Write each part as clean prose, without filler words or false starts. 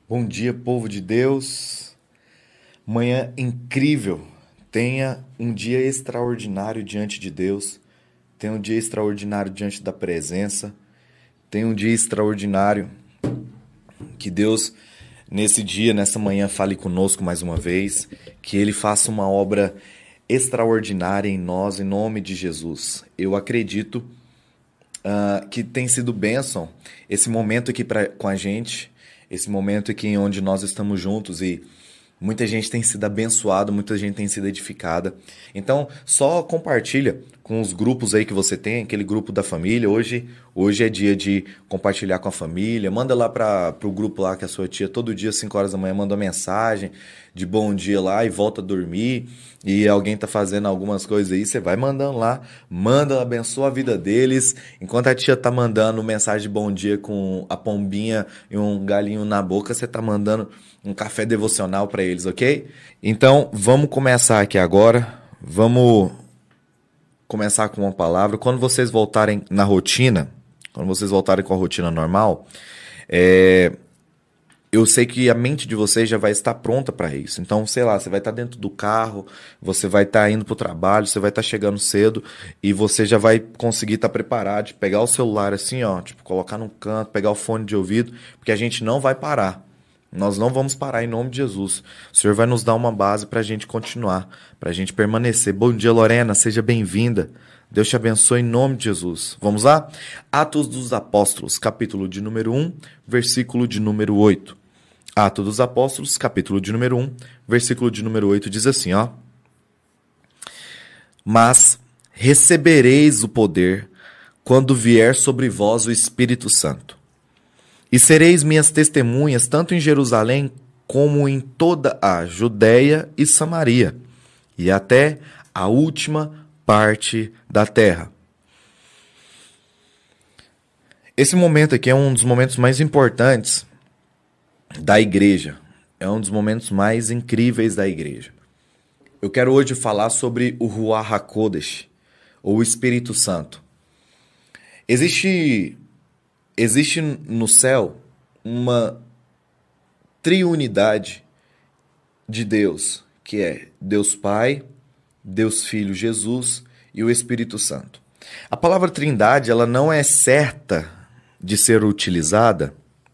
Bom dia, povo de Deus. Manhã incrível. Tenha um dia extraordinário diante de Deus. Tenha um dia extraordinário diante da presença. Tenha um dia extraordinário. Que Deus, nesse dia, nessa manhã, fale conosco mais uma vez. Que Ele faça uma obra extraordinária em nós, em nome de Jesus. Eu acredito que tem sido bênção esse momento aqui com a gente. Esse momento aqui onde nós estamos juntos e muita gente tem sido abençoada, muita gente tem sido edificada. Então, só compartilha com os grupos aí que você tem, aquele grupo da família. Hoje é dia de compartilhar com a família. Manda lá para o grupo lá que a sua tia, todo dia, 5 horas da manhã, manda uma mensagem de bom dia lá e volta a dormir. E alguém tá fazendo algumas coisas aí, você vai mandando lá, manda, abençoa a vida deles. Enquanto a tia tá mandando mensagem de bom dia com a pombinha e um galinho na boca, você tá mandando um café devocional para eles, ok? Então, vamos começar aqui agora. Vamos começar com uma palavra. Quando vocês voltarem na rotina, quando vocês voltarem com a rotina normal, eu sei que a mente de vocês já vai estar pronta para isso. Então, sei lá, você vai estar dentro do carro, você vai estar indo para o trabalho, você vai estar chegando cedo e você já vai conseguir estar preparado de pegar o celular assim, ó, tipo, colocar num canto, pegar o fone de ouvido, porque a gente não vai parar. Nós não vamos parar em nome de Jesus. O Senhor vai nos dar uma base para a gente continuar, para a gente permanecer. Bom dia, Lorena, seja bem-vinda. Deus te abençoe em nome de Jesus. Vamos lá? Atos dos Apóstolos, capítulo de número 1, versículo de número 8. Atos dos Apóstolos, capítulo de número 1, versículo de número 8, diz assim, ó. Mas recebereis o poder quando vier sobre vós o Espírito Santo. E sereis minhas testemunhas tanto em Jerusalém como em toda a Judéia e Samaria, e até a última parte da terra. Esse momento aqui é um dos momentos mais importantes da igreja. É um dos momentos mais incríveis da igreja. Eu quero hoje falar sobre o Ruach HaKodesh, ou o Espírito Santo. Existe no céu uma triunidade de Deus, que é Deus Pai, Deus Filho Jesus e o Espírito Santo. A palavra trindade, ela não é certa de ser utilizada,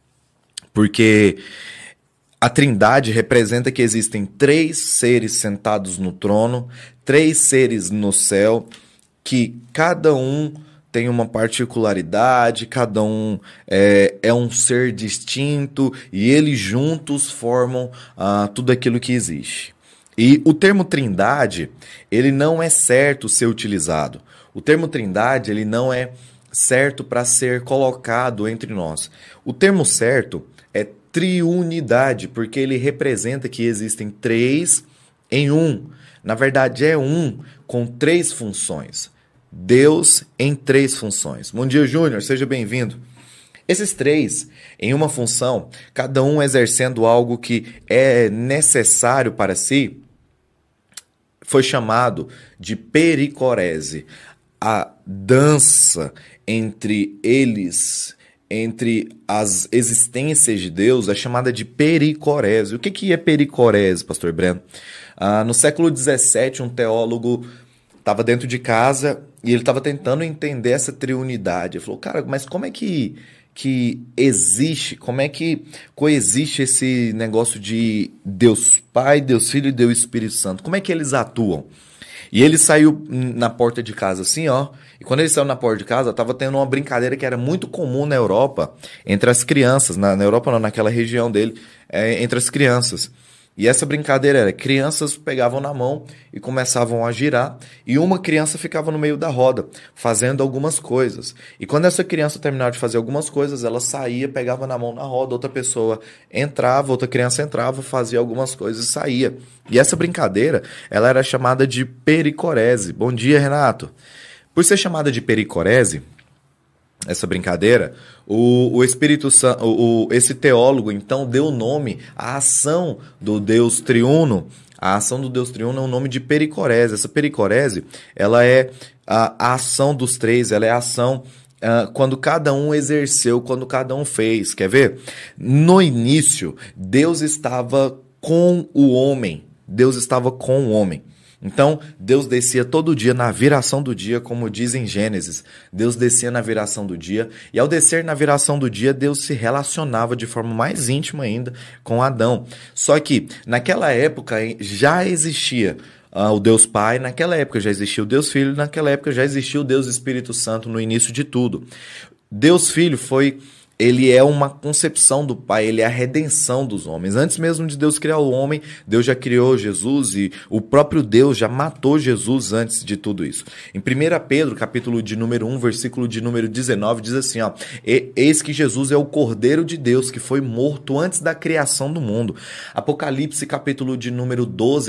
porque a trindade representa que existem 3 seres sentados no trono, 3 seres no céu, que cada um tem uma particularidade, cada um é um ser distinto e eles juntos formam tudo aquilo que existe. E o termo trindade, ele não é certo ser utilizado. O termo trindade, ele não é certo para ser colocado entre nós. O termo certo é triunidade, porque ele representa que existem 3 em um. Na verdade, é um com 3 funções. Deus em 3 funções. Bom dia, Júnior, seja bem-vindo. Esses 3 em uma função, cada um exercendo algo que é necessário para si, foi chamado de pericorese. A dança entre eles, entre as existências de Deus, é chamada de pericorese. O que é pericorese, pastor Breno? No século XVII, um teólogo estava dentro de casa e ele estava tentando entender essa triunidade. Ele falou, cara, mas como é que existe, como é que coexiste esse negócio de Deus Pai, Deus Filho e Deus Espírito Santo? Como é que eles atuam? E ele saiu na porta de casa assim, ó. E quando ele saiu na porta de casa, estava tendo uma brincadeira que era muito comum na Europa, entre as crianças. Na Europa não, naquela região dele, entre as crianças. E essa brincadeira era, crianças pegavam na mão e começavam a girar, e uma criança ficava no meio da roda, fazendo algumas coisas. E quando essa criança terminava de fazer algumas coisas, ela saía, pegava na mão na roda, outra pessoa entrava, outra criança entrava, fazia algumas coisas e saía. E essa brincadeira, ela era chamada de pericorese. Bom dia, Renato. Por ser chamada de pericorese, essa brincadeira, o Espírito Santo, esse teólogo, então, deu nome à ação do Deus triuno. A ação do Deus triuno é o nome de pericorese. Essa pericorese, ela é a ação dos 3, ela é a ação quando cada um exerceu, quando cada um fez. Quer ver? No início, Deus estava com o homem. Deus estava com o homem. Então, Deus descia todo dia na viração do dia, como diz em Gênesis. Deus descia na viração do dia, e ao descer na viração do dia, Deus se relacionava de forma mais íntima ainda com Adão. Só que, naquela época, já existia o Deus Pai, naquela época já existia o Deus Filho, naquela época já existia o Deus Espírito Santo no início de tudo. Deus Filho ele é uma concepção do Pai, ele é a redenção dos homens. Antes mesmo de Deus criar o homem, Deus já criou Jesus e o próprio Deus já matou Jesus antes de tudo isso. Em 1 Pedro, capítulo de número 1, versículo de número 19, diz assim, ó: eis que Jesus é o Cordeiro de Deus, que foi morto antes da criação do mundo. Apocalipse, capítulo de número 12,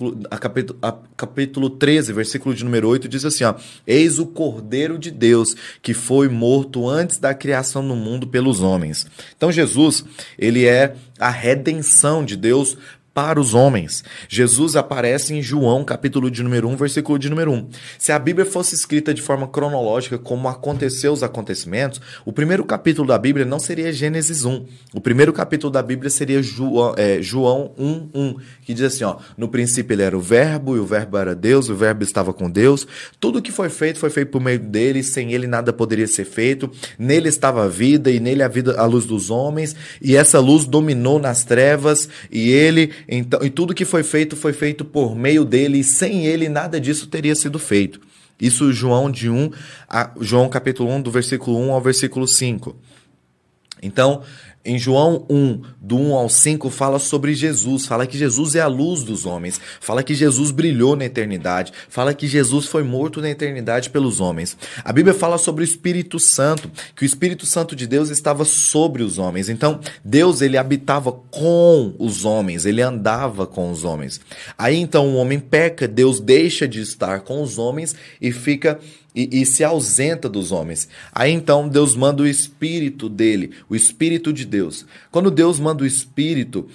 capítulo 13, versículo de número 8, diz assim, ó: eis o Cordeiro de Deus, que foi morto antes da criação do mundo pelos homens. Então Jesus, ele é a redenção de Deus para os homens. Jesus aparece em João, capítulo de número 1, versículo de número 1. Se a Bíblia fosse escrita de forma cronológica, como aconteceu os acontecimentos, o primeiro capítulo da Bíblia não seria Gênesis 1. O primeiro capítulo da Bíblia seria João 1:1, que diz assim, ó: no princípio ele era o Verbo, e o Verbo era Deus, o Verbo estava com Deus. Tudo que foi feito por meio dele, sem ele nada poderia ser feito. Nele estava a vida, e nele a luz dos homens, e essa luz dominou nas trevas, então, e tudo que foi feito por meio dele, e sem ele nada disso teria sido feito. Isso João capítulo 1, do versículo 1 ao versículo 5. Então, em João 1, do 1 ao 5, fala sobre Jesus, fala que Jesus é a luz dos homens, fala que Jesus brilhou na eternidade, fala que Jesus foi morto na eternidade pelos homens. A Bíblia fala sobre o Espírito Santo, que o Espírito Santo de Deus estava sobre os homens. Então, Deus, ele habitava com os homens, ele andava com os homens. Aí, então, o homem peca, Deus deixa de estar com os homens e fica... E se ausenta dos homens. Aí então Deus manda o Espírito dele, o Espírito de Deus. Quando Deus manda o Espírito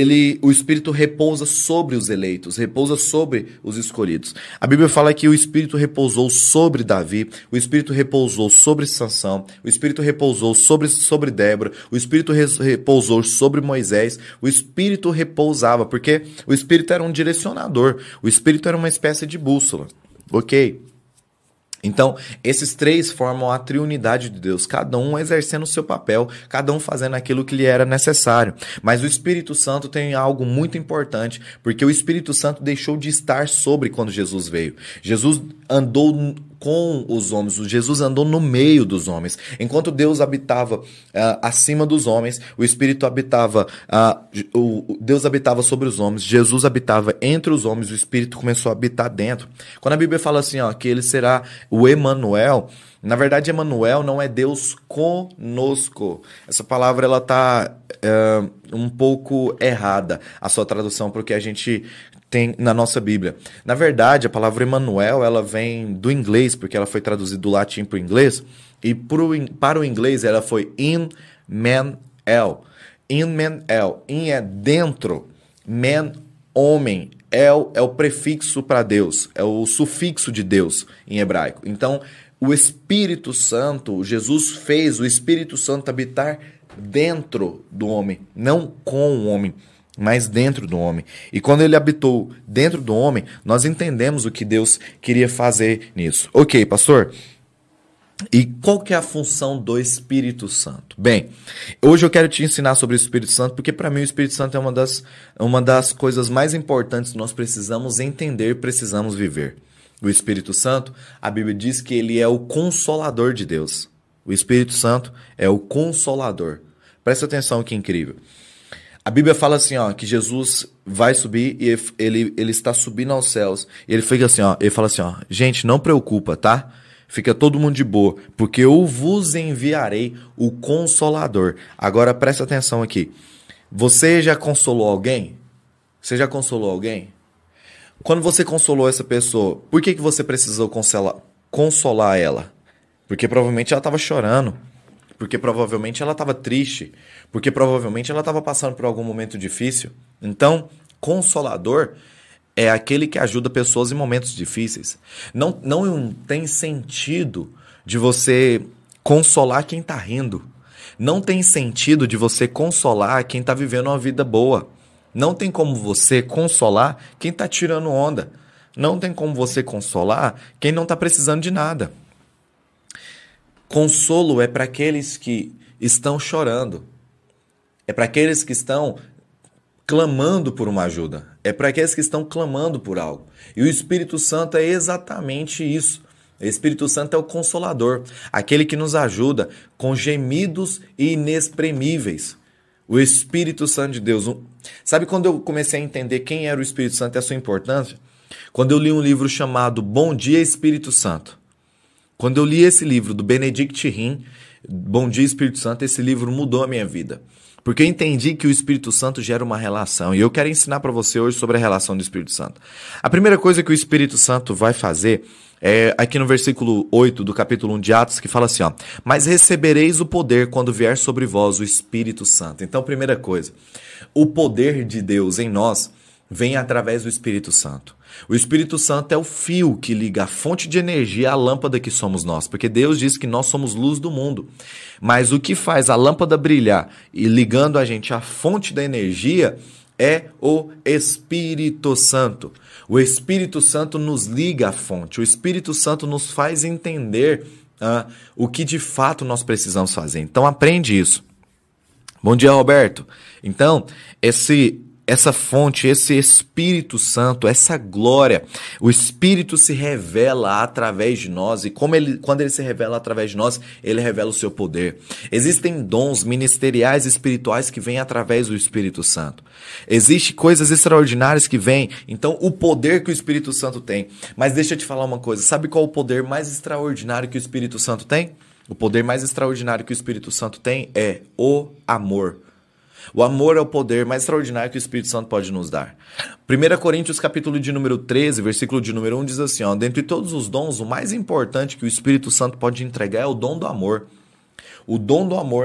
repousa sobre os eleitos, repousa sobre os escolhidos. A Bíblia fala que o Espírito repousou sobre Davi, o Espírito repousou sobre Sansão, o Espírito repousou sobre Débora, o Espírito repousou sobre Moisés, o Espírito repousava, porque o Espírito era um direcionador, o Espírito era uma espécie de bússola, ok? Então, esses três formam a triunidade de Deus, cada um exercendo o seu papel, cada um fazendo aquilo que lhe era necessário. Mas o Espírito Santo tem algo muito importante, porque o Espírito Santo deixou de estar sobre quando Jesus veio. Jesus andou com os homens, Jesus andou no meio dos homens. Enquanto Deus habitava acima dos homens, o Espírito habitava, Deus habitava sobre os homens, Jesus habitava entre os homens, o Espírito começou a habitar dentro. Quando a Bíblia fala assim, ó, que ele será o Emanuel, na verdade, Emanuel não é Deus conosco. Essa palavra ela está um pouco errada, a sua tradução, porque a gente tem na nossa Bíblia. Na verdade, a palavra Emanuel ela vem do inglês, porque ela foi traduzida do latim para o inglês, e para o inglês ela foi in-man-el. In-man-el. In é dentro, man, homem. El é o prefixo para Deus, é o sufixo de Deus em hebraico. Então, o Espírito Santo, Jesus fez o Espírito Santo habitar dentro do homem, não com o homem, mas dentro do homem. E quando ele habitou dentro do homem, nós entendemos o que Deus queria fazer nisso. Ok, pastor? E qual que é a função do Espírito Santo? Bem, hoje eu quero te ensinar sobre o Espírito Santo, porque para mim o Espírito Santo é uma das coisas mais importantes que nós precisamos entender, precisamos viver. O Espírito Santo, a Bíblia diz que ele é o Consolador de Deus. O Espírito Santo é o Consolador. Presta atenção que incrível. A Bíblia fala assim, ó, que Jesus vai subir e ele está subindo aos céus. E ele fica assim, ó, ele fala assim, ó, gente, não preocupa, tá? Fica todo mundo de boa, porque eu vos enviarei o Consolador. Agora presta atenção aqui. Você já consolou alguém? Você já consolou alguém? Quando você consolou essa pessoa, por que você precisou consolar ela? Porque provavelmente ela estava chorando. Porque provavelmente ela estava triste. Porque provavelmente ela estava passando por algum momento difícil. Então, consolador é aquele que ajuda pessoas em momentos difíceis. Não tem sentido de você consolar quem está rindo. Não tem sentido de você consolar quem está vivendo uma vida boa. Não tem como você consolar quem está tirando onda. Não tem como você consolar quem não está precisando de nada. Consolo é para aqueles que estão chorando. É para aqueles que estão clamando por uma ajuda. É para aqueles que estão clamando por algo. E o Espírito Santo é exatamente isso. O Espírito Santo é o Consolador, aquele que nos ajuda com gemidos inexprimíveis. O Espírito Santo de Deus. Sabe quando eu comecei a entender quem era o Espírito Santo e a sua importância? Quando eu li um livro chamado Bom Dia Espírito Santo. Quando eu li esse livro do Benedict Rim, Bom Dia Espírito Santo, esse livro mudou a minha vida. Porque eu entendi que o Espírito Santo gera uma relação. E eu quero ensinar para você hoje sobre a relação do Espírito Santo. A primeira coisa que o Espírito Santo vai fazer é aqui no versículo 8 do capítulo 1 de Atos, que fala assim, ó: mas recebereis o poder quando vier sobre vós o Espírito Santo. Então, primeira coisa, o poder de Deus em nós vem através do Espírito Santo. O Espírito Santo é o fio que liga a fonte de energia à lâmpada que somos nós, porque Deus diz que nós somos luz do mundo. Mas o que faz a lâmpada brilhar e ligando a gente à fonte da energia é o Espírito Santo. O Espírito Santo nos liga à fonte. O Espírito Santo nos faz entender o que de fato nós precisamos fazer. Então aprende isso. Bom dia, Roberto. Então, essa fonte, esse Espírito Santo, essa glória, o Espírito se revela através de nós e quando ele se revela através de nós, ele revela o seu poder. Existem dons ministeriais espirituais que vêm através do Espírito Santo. Existem coisas extraordinárias que vêm, então o poder que o Espírito Santo tem. Mas deixa eu te falar uma coisa, sabe qual é o poder mais extraordinário que o Espírito Santo tem? O poder mais extraordinário que o Espírito Santo tem é o amor. O amor é o poder mais extraordinário que o Espírito Santo pode nos dar. 1 Coríntios capítulo de número 13, versículo de número 1 diz assim, ó: dentre todos os dons, o mais importante que o Espírito Santo pode entregar é o dom do amor. O dom do amor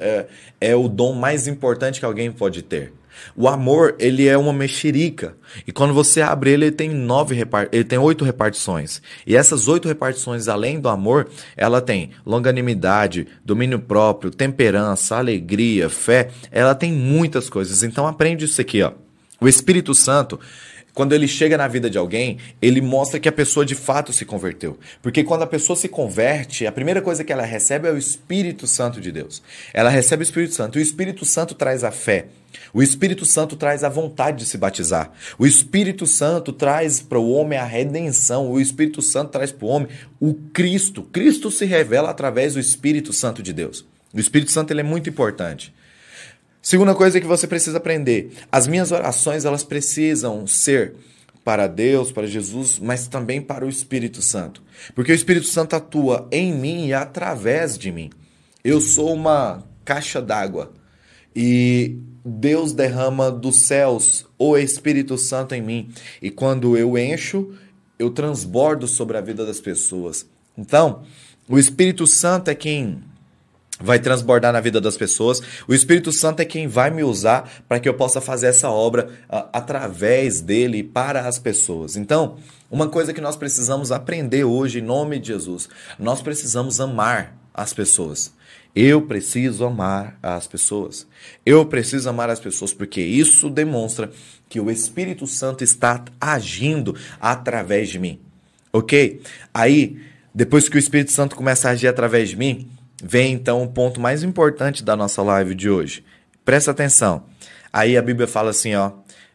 é o dom mais importante que alguém pode ter. O amor, ele é uma mexerica. E quando você abre ele, ele tem 8 repartições. E essas 8 repartições, além do amor, ela tem longanimidade, domínio próprio, temperança, alegria, fé. Ela tem muitas coisas. Então aprende isso aqui, ó. O Espírito Santo, quando ele chega na vida de alguém, ele mostra que a pessoa de fato se converteu. Porque quando a pessoa se converte, a primeira coisa que ela recebe é o Espírito Santo de Deus. Ela recebe o Espírito Santo. E o Espírito Santo traz a fé. O Espírito Santo traz a vontade de se batizar. O Espírito Santo traz para o homem a redenção. O Espírito Santo traz para o homem o Cristo. Cristo se revela através do Espírito Santo de Deus. O Espírito Santo ele é muito importante. Segunda coisa que você precisa aprender. As minhas orações elas precisam ser para Deus, para Jesus, mas também para o Espírito Santo. Porque o Espírito Santo atua em mim e através de mim. Eu sou uma caixa d'água. E Deus derrama dos céus o Espírito Santo em mim. E quando eu encho, eu transbordo sobre a vida das pessoas. Então, o Espírito Santo é quem vai transbordar na vida das pessoas. O Espírito Santo é quem vai me usar para que eu possa fazer essa obra através dele para as pessoas. Então, uma coisa que nós precisamos aprender hoje, em nome de Jesus, nós precisamos amar as pessoas. Eu preciso amar as pessoas. Eu preciso amar as pessoas porque isso demonstra que o Espírito Santo está agindo através de mim. Ok? Aí, depois que o Espírito Santo começa a agir através de mim, vem então o ponto mais importante da nossa live de hoje. Presta atenção. Aí a Bíblia fala assim, ó,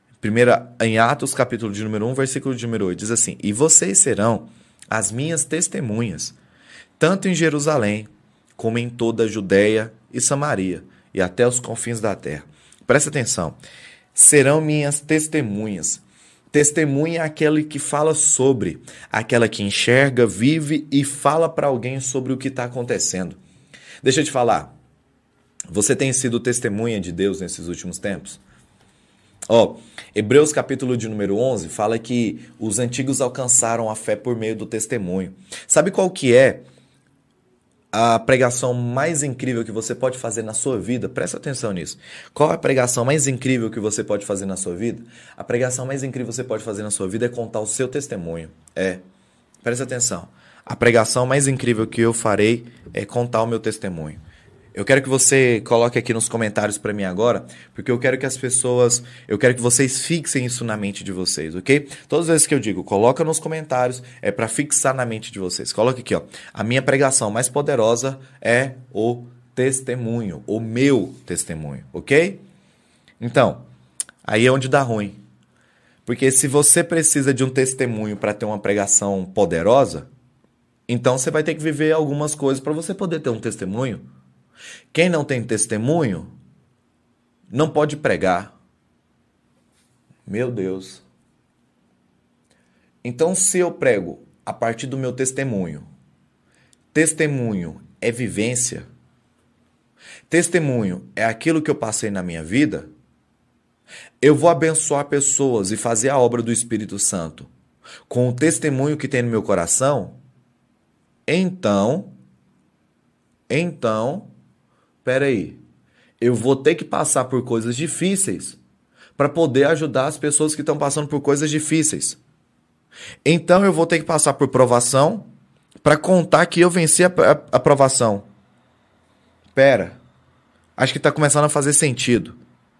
em Atos capítulo de número 1, versículo de número 8, diz assim: e vocês serão as minhas testemunhas, tanto em Jerusalém, como em toda a Judéia e Samaria, e até os confins da terra. Presta atenção. Serão minhas testemunhas. Testemunha é aquele que fala sobre, aquela que enxerga, vive e fala para alguém sobre o que está acontecendo. Deixa eu te falar. Você tem sido testemunha de Deus nesses últimos tempos? Hebreus capítulo de número 11 fala que os antigos alcançaram a fé por meio do testemunho. Sabe qual que é a pregação mais incrível que você pode fazer na sua vida? Presta atenção nisso. Qual é a pregação mais incrível que você pode fazer na sua vida? A pregação mais incrível que você pode fazer na sua vida é contar o seu testemunho. Presta atenção. A pregação mais incrível que eu farei é contar o meu testemunho. Eu quero que você coloque aqui nos comentários para mim agora, porque eu quero que vocês fixem isso na mente de vocês, ok? Todas as vezes que eu digo, coloca nos comentários, é para fixar na mente de vocês. Coloca aqui, ó. A minha pregação mais poderosa é o testemunho, o meu testemunho, ok? Então, aí é onde dá ruim. Porque se você precisa de um testemunho para ter uma pregação poderosa, então você vai ter que viver algumas coisas para você poder ter um testemunho. Quem não tem testemunho não pode pregar. Meu Deus. Então, se eu prego a partir do meu testemunho, testemunho é vivência, testemunho é aquilo que eu passei na minha vida, eu vou abençoar pessoas e fazer a obra do Espírito Santo com o testemunho que tem no meu coração, então, peraí, eu vou ter que passar por coisas difíceis para poder ajudar as pessoas que estão passando por coisas difíceis. Então eu vou ter que passar por provação para contar que eu venci a provação. Pera, acho que está começando a fazer sentido.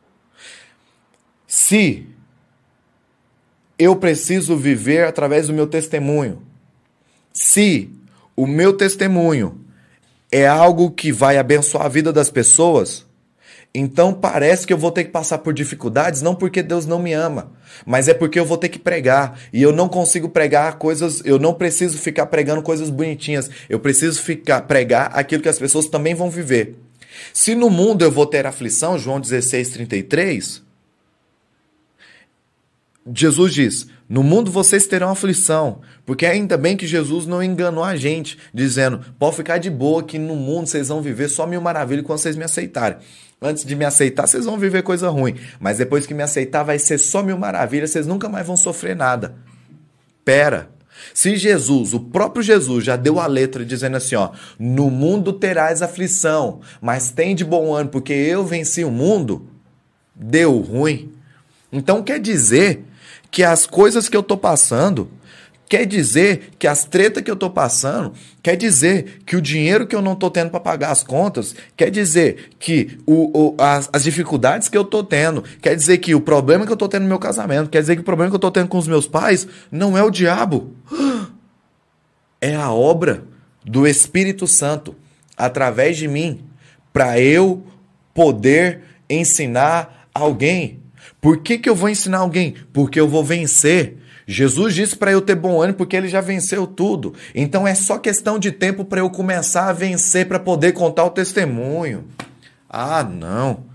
Se eu preciso viver através do meu testemunho, se o meu testemunho é algo que vai abençoar a vida das pessoas, então parece que eu vou ter que passar por dificuldades, não porque Deus não me ama, mas é porque eu vou ter que pregar. E eu não consigo pregar coisas, eu não preciso ficar pregando coisas bonitinhas. Eu preciso pregar aquilo que as pessoas também vão viver. Se no mundo eu vou ter aflição, João 16:33, Jesus diz, no mundo vocês terão aflição, porque ainda bem que Jesus não enganou a gente, dizendo, pode ficar de boa que no mundo vocês vão viver só mil maravilhas quando vocês me aceitarem. Antes de me aceitar, vocês vão viver coisa ruim, mas depois que me aceitar vai ser só mil maravilhas, vocês nunca mais vão sofrer nada. Pera, se Jesus, o próprio Jesus já deu a letra dizendo assim, ó, no mundo terás aflição, mas tem de bom ânimo, porque eu venci o mundo, deu ruim. Então quer dizer que as coisas que eu tô passando, quer dizer que as tretas que eu tô passando, quer dizer que o dinheiro que eu não tô tendo para pagar as contas, quer dizer que as dificuldades que eu tô tendo, quer dizer que o problema que eu tô tendo no meu casamento, quer dizer que o problema que eu tô tendo com os meus pais não é o diabo. É a obra do Espírito Santo através de mim para eu poder ensinar alguém. Por que eu vou ensinar alguém? Porque eu vou vencer. Jesus disse para eu ter bom ânimo porque ele já venceu tudo. Então é só questão de tempo para eu começar a vencer para poder contar o testemunho. Ah, não.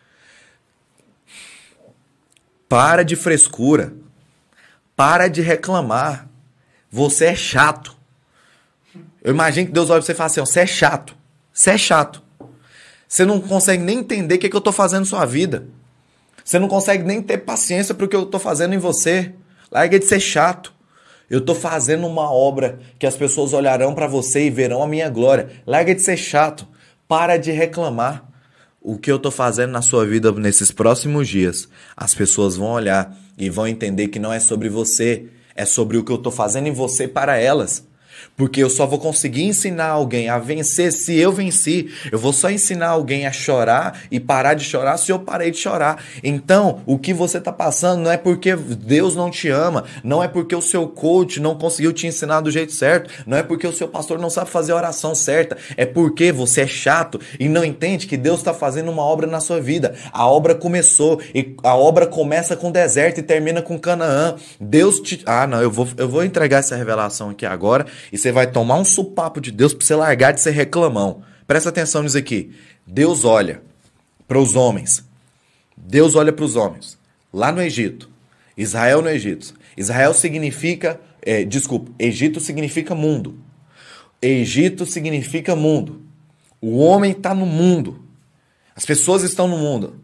Para de frescura. Para de reclamar. Você é chato. Eu imagino que Deus olha para você e fala assim, você é chato. Você é chato. Você não consegue nem entender o que eu estou fazendo na sua vida. Você não consegue nem ter paciência para o que eu estou fazendo em você. Larga de ser chato. Eu estou fazendo uma obra que as pessoas olharão para você e verão a minha glória. Larga de ser chato. Para de reclamar. O que eu estou fazendo na sua vida nesses próximos dias, as pessoas vão olhar e vão entender que não é sobre você. É sobre o que eu estou fazendo em você para elas. Porque eu só vou conseguir ensinar alguém a vencer se eu venci. Eu vou só ensinar alguém a chorar e parar de chorar se eu parei de chorar. Então, o que você está passando não é porque Deus não te ama, não é porque o seu coach não conseguiu te ensinar do jeito certo, não é porque o seu pastor não sabe fazer a oração certa, é porque você é chato e não entende que Deus está fazendo uma obra na sua vida. A obra começou e a obra começa com deserto e termina com Canaã. Deus te... Ah, não, eu vou entregar essa revelação aqui agora. E você vai tomar um supapo de Deus para você largar de ser reclamão. Presta atenção nisso aqui. Deus olha para os homens. Deus olha para os homens. Lá no Egito. Israel no Egito. Israel significa... Egito significa mundo. Egito significa mundo. O homem está no mundo. As pessoas estão no mundo.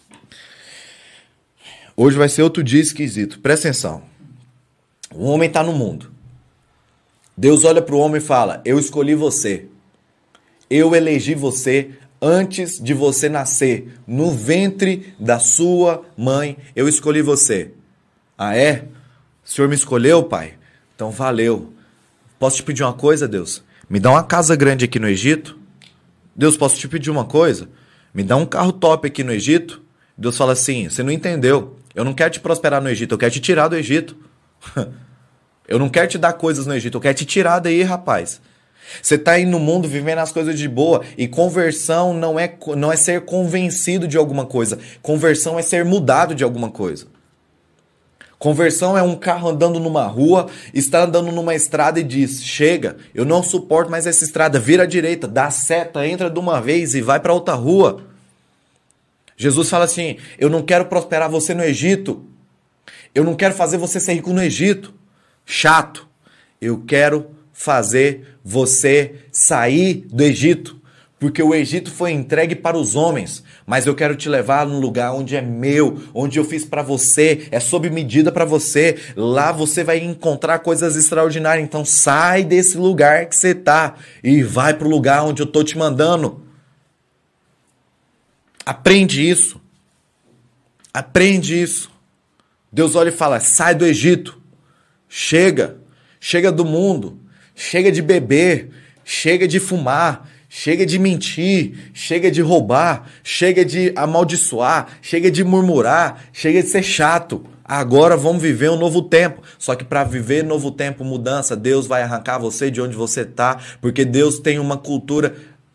Hoje vai ser outro dia esquisito. Presta atenção. O homem está no mundo. Deus olha para o homem e fala, eu escolhi você. Eu elegi você antes de você nascer. No ventre da sua mãe, eu escolhi você. Ah, é? O Senhor me escolheu, pai? Então valeu. Posso te pedir uma coisa, Deus? Me dá uma casa grande aqui no Egito? Deus, posso te pedir uma coisa? Me dá um carro top aqui no Egito? Deus fala assim, você não entendeu. Eu não quero te prosperar no Egito, eu quero te tirar do Egito. Eu não quero te dar coisas no Egito, eu quero te tirar daí, rapaz. Você está aí no mundo vivendo as coisas de boa e conversão não é ser convencido de alguma coisa. Conversão é ser mudado de alguma coisa. Conversão é um carro andando numa rua, está andando numa estrada e diz, chega, eu não suporto mais essa estrada, vira à direita, dá seta, entra de uma vez e vai para outra rua. Jesus fala assim, eu não quero prosperar você no Egito, eu não quero fazer você ser rico no Egito. Chato, eu quero fazer você sair do Egito, porque o Egito foi entregue para os homens, mas eu quero te levar num lugar onde é meu, onde eu fiz para você, é sob medida para você, lá você vai encontrar coisas extraordinárias, então sai desse lugar que você tá e vai para o lugar onde eu tô te mandando. Aprende isso. Aprende isso. Deus olha e fala, sai do Egito, chega do mundo, chega de beber, chega de fumar, chega de mentir, chega de roubar, chega de amaldiçoar, chega de murmurar, chega de ser chato. Agora vamos viver um novo tempo. Só que para viver novo tempo, mudança, Deus vai arrancar você de onde você está, porque Deus tem uma cultura.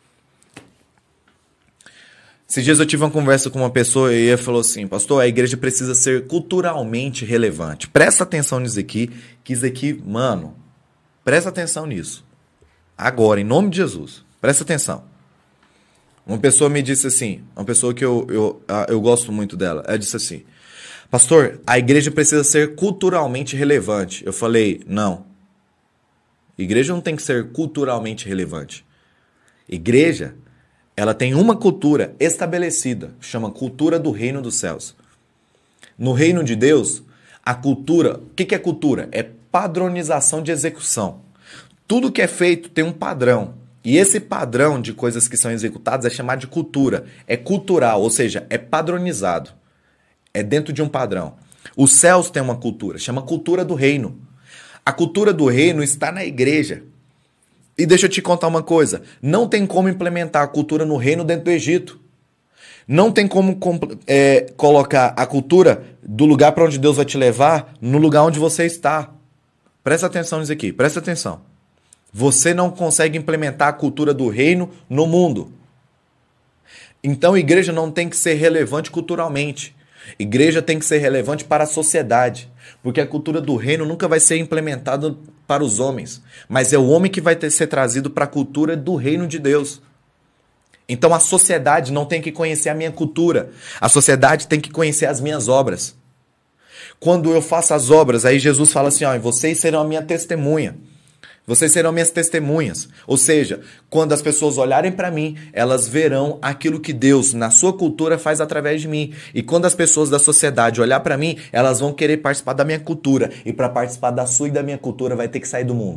Esses dias eu tive uma conversa com uma pessoa e ele falou assim, pastor, a igreja precisa ser culturalmente relevante. Presta atenção nisso aqui, que isso aqui, mano, presta atenção nisso. Agora, em nome de Jesus, presta atenção. Uma pessoa me disse assim, uma pessoa que eu gosto muito dela, ela disse assim, pastor, a igreja precisa ser culturalmente relevante. Eu falei, não. Igreja não tem que ser culturalmente relevante. Igreja, ela tem uma cultura estabelecida, chama cultura do reino dos céus. No reino de Deus, a cultura, o que é cultura? É padronização de execução. Tudo que é feito tem um padrão. E esse padrão de coisas que são executadas é chamado de cultura. É cultural, ou seja, é padronizado. É dentro de um padrão. Os céus têm uma cultura, chama cultura do reino. A cultura do reino está na igreja. E deixa eu te contar uma coisa, não tem como implementar a cultura no reino dentro do Egito. Não tem como colocar a cultura do lugar para onde Deus vai te levar no lugar onde você está. Presta atenção nisso aqui, presta atenção. Você não consegue implementar a cultura do reino no mundo. Então a igreja não tem que ser relevante culturalmente. Igreja tem que ser relevante para a sociedade, porque a cultura do reino nunca vai ser implementada para os homens, mas é o homem que vai ser trazido para a cultura do reino de Deus. Então a sociedade não tem que conhecer a minha cultura, a sociedade tem que conhecer as minhas obras. Quando eu faço as obras, aí Jesus fala assim, ó, vocês serão a minha testemunha. Vocês serão minhas testemunhas. Ou seja, quando as pessoas olharem para mim, elas verão aquilo que Deus, na sua cultura, faz através de mim. E quando as pessoas da sociedade olhar para mim, elas vão querer participar da minha cultura. E para participar da sua e da minha cultura, vai ter que sair do mundo.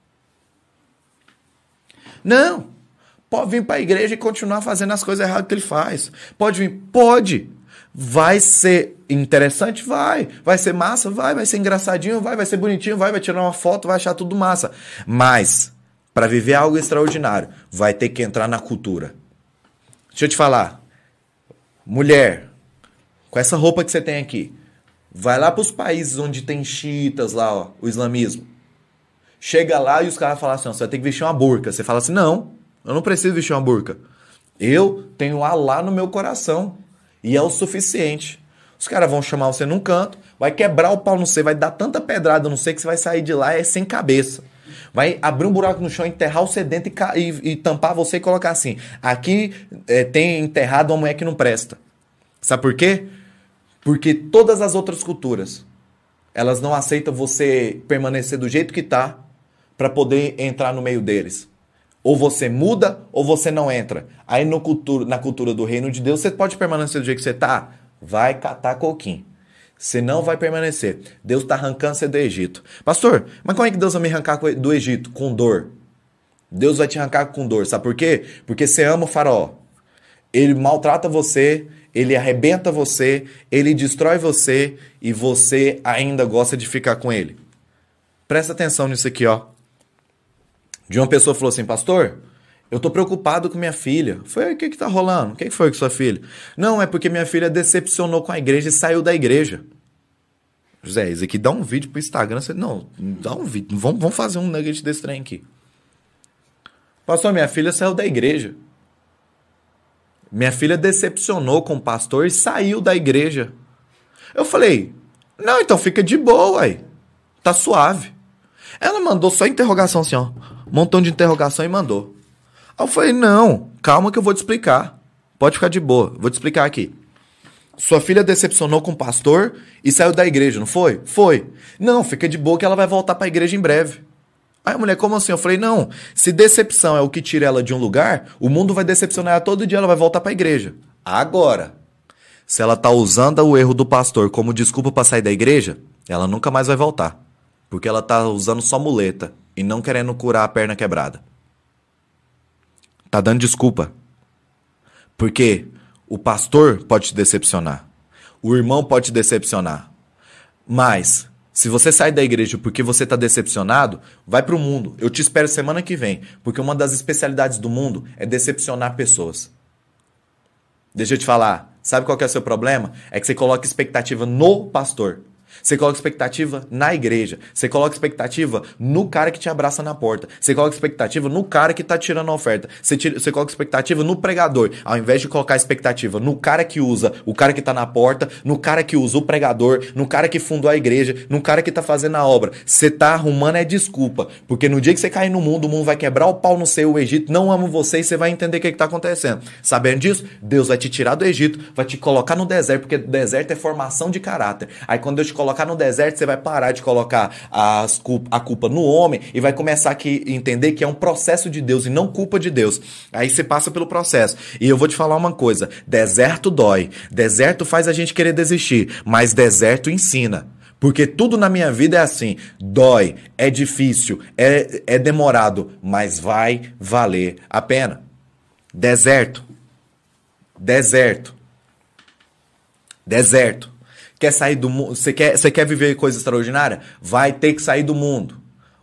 Não. Pode vir para a igreja e continuar fazendo as coisas erradas que ele faz. Pode vir? Pode. Vai ser interessante? Vai ser massa? Vai ser engraçadinho? Vai ser bonitinho? Vai tirar uma foto? Vai achar tudo massa. Mas, para viver algo extraordinário, vai ter que entrar na cultura. Deixa eu te falar. Mulher, com essa roupa que você tem aqui, vai lá para os países onde tem xiitas lá, ó, o islamismo. Chega lá e os caras falam assim, ó, você vai ter que vestir uma burca. Você fala assim, não, eu não preciso vestir uma burca. Eu tenho Allah no meu coração. E é o suficiente. Os caras vão chamar você num canto, vai quebrar o pau no você, vai dar tanta pedrada no você que você vai sair de lá sem cabeça. Vai abrir um buraco no chão, enterrar você dentro e tampar você e colocar assim. Aqui tem enterrado uma mulher que não presta. Sabe por quê? Porque todas as outras culturas, elas não aceitam você permanecer do jeito que tá para poder entrar no meio deles. Ou você muda, ou você não entra. Aí na cultura do reino de Deus, você pode permanecer do jeito que você está? Vai catar coquinho. Você não vai permanecer. Deus está arrancando você do Egito. Pastor, mas como é que Deus vai me arrancar do Egito? Com dor. Deus vai te arrancar com dor. Sabe por quê? Porque você ama o faraó. Ele maltrata você, ele arrebenta você, ele destrói você e você ainda gosta de ficar com ele. Presta atenção nisso aqui, ó. De uma pessoa que falou assim, pastor, eu tô preocupado com minha filha. Foi, o que tá rolando? O que foi com sua filha? Não, é porque minha filha decepcionou com a igreja e saiu da igreja. José, isso aqui dá um vídeo pro Instagram. Você, não, dá um vídeo. Vamos fazer um nugget desse trem aqui. Pastor, minha filha saiu da igreja. Minha filha decepcionou com o pastor e saiu da igreja. Eu falei, não, então fica de boa, aí. Tá suave. Ela mandou só interrogação assim, ó. Um montão de interrogação e mandou. Aí eu falei, não, calma que eu vou te explicar. Pode ficar de boa, vou te explicar aqui. Sua filha decepcionou com o pastor e saiu da igreja, não foi? Foi. Não, fica de boa que ela vai voltar pra igreja em breve. Aí a mulher, como assim? Eu falei, não, se decepção é o que tira ela de um lugar, o mundo vai decepcionar ela todo dia, ela vai voltar pra igreja. Agora, se ela tá usando o erro do pastor como desculpa pra sair da igreja, ela nunca mais vai voltar. Porque ela tá usando só muleta e não querendo curar a perna quebrada. Tá dando desculpa. Porque o pastor pode te decepcionar. O irmão pode te decepcionar. Mas, se você sai da igreja porque você tá decepcionado, vai pro mundo. Eu te espero semana que vem. Porque uma das especialidades do mundo é decepcionar pessoas. Deixa eu te falar. Sabe qual que é o seu problema? É que você coloca expectativa no pastor. Você coloca expectativa na igreja. Você coloca expectativa no cara que te abraça na porta. Você coloca expectativa no cara que tá tirando a oferta. Você coloca expectativa no pregador. Ao invés de colocar expectativa no cara que usa o cara que tá na porta, no cara que usa o pregador, no cara que fundou a igreja, no cara que tá fazendo a obra. Você tá arrumando desculpa. Porque no dia que você cair no mundo, o mundo vai quebrar o pau no seu. O Egito não ama você e você vai entender o que tá acontecendo. Sabendo disso, Deus vai te tirar do Egito, vai te colocar no deserto, porque deserto é formação de caráter. Aí quando Deus te colocar no deserto, você vai parar de colocar a culpa no homem e vai começar a entender que é um processo de Deus e não culpa de Deus. Aí você passa pelo processo. E eu vou te falar uma coisa, deserto dói, deserto faz a gente querer desistir, mas deserto ensina. Porque tudo na minha vida é assim, dói, é difícil, é demorado, mas vai valer a pena. Deserto. Quer sair do mundo? Você quer viver coisa extraordinária? Vai ter que sair do mundo.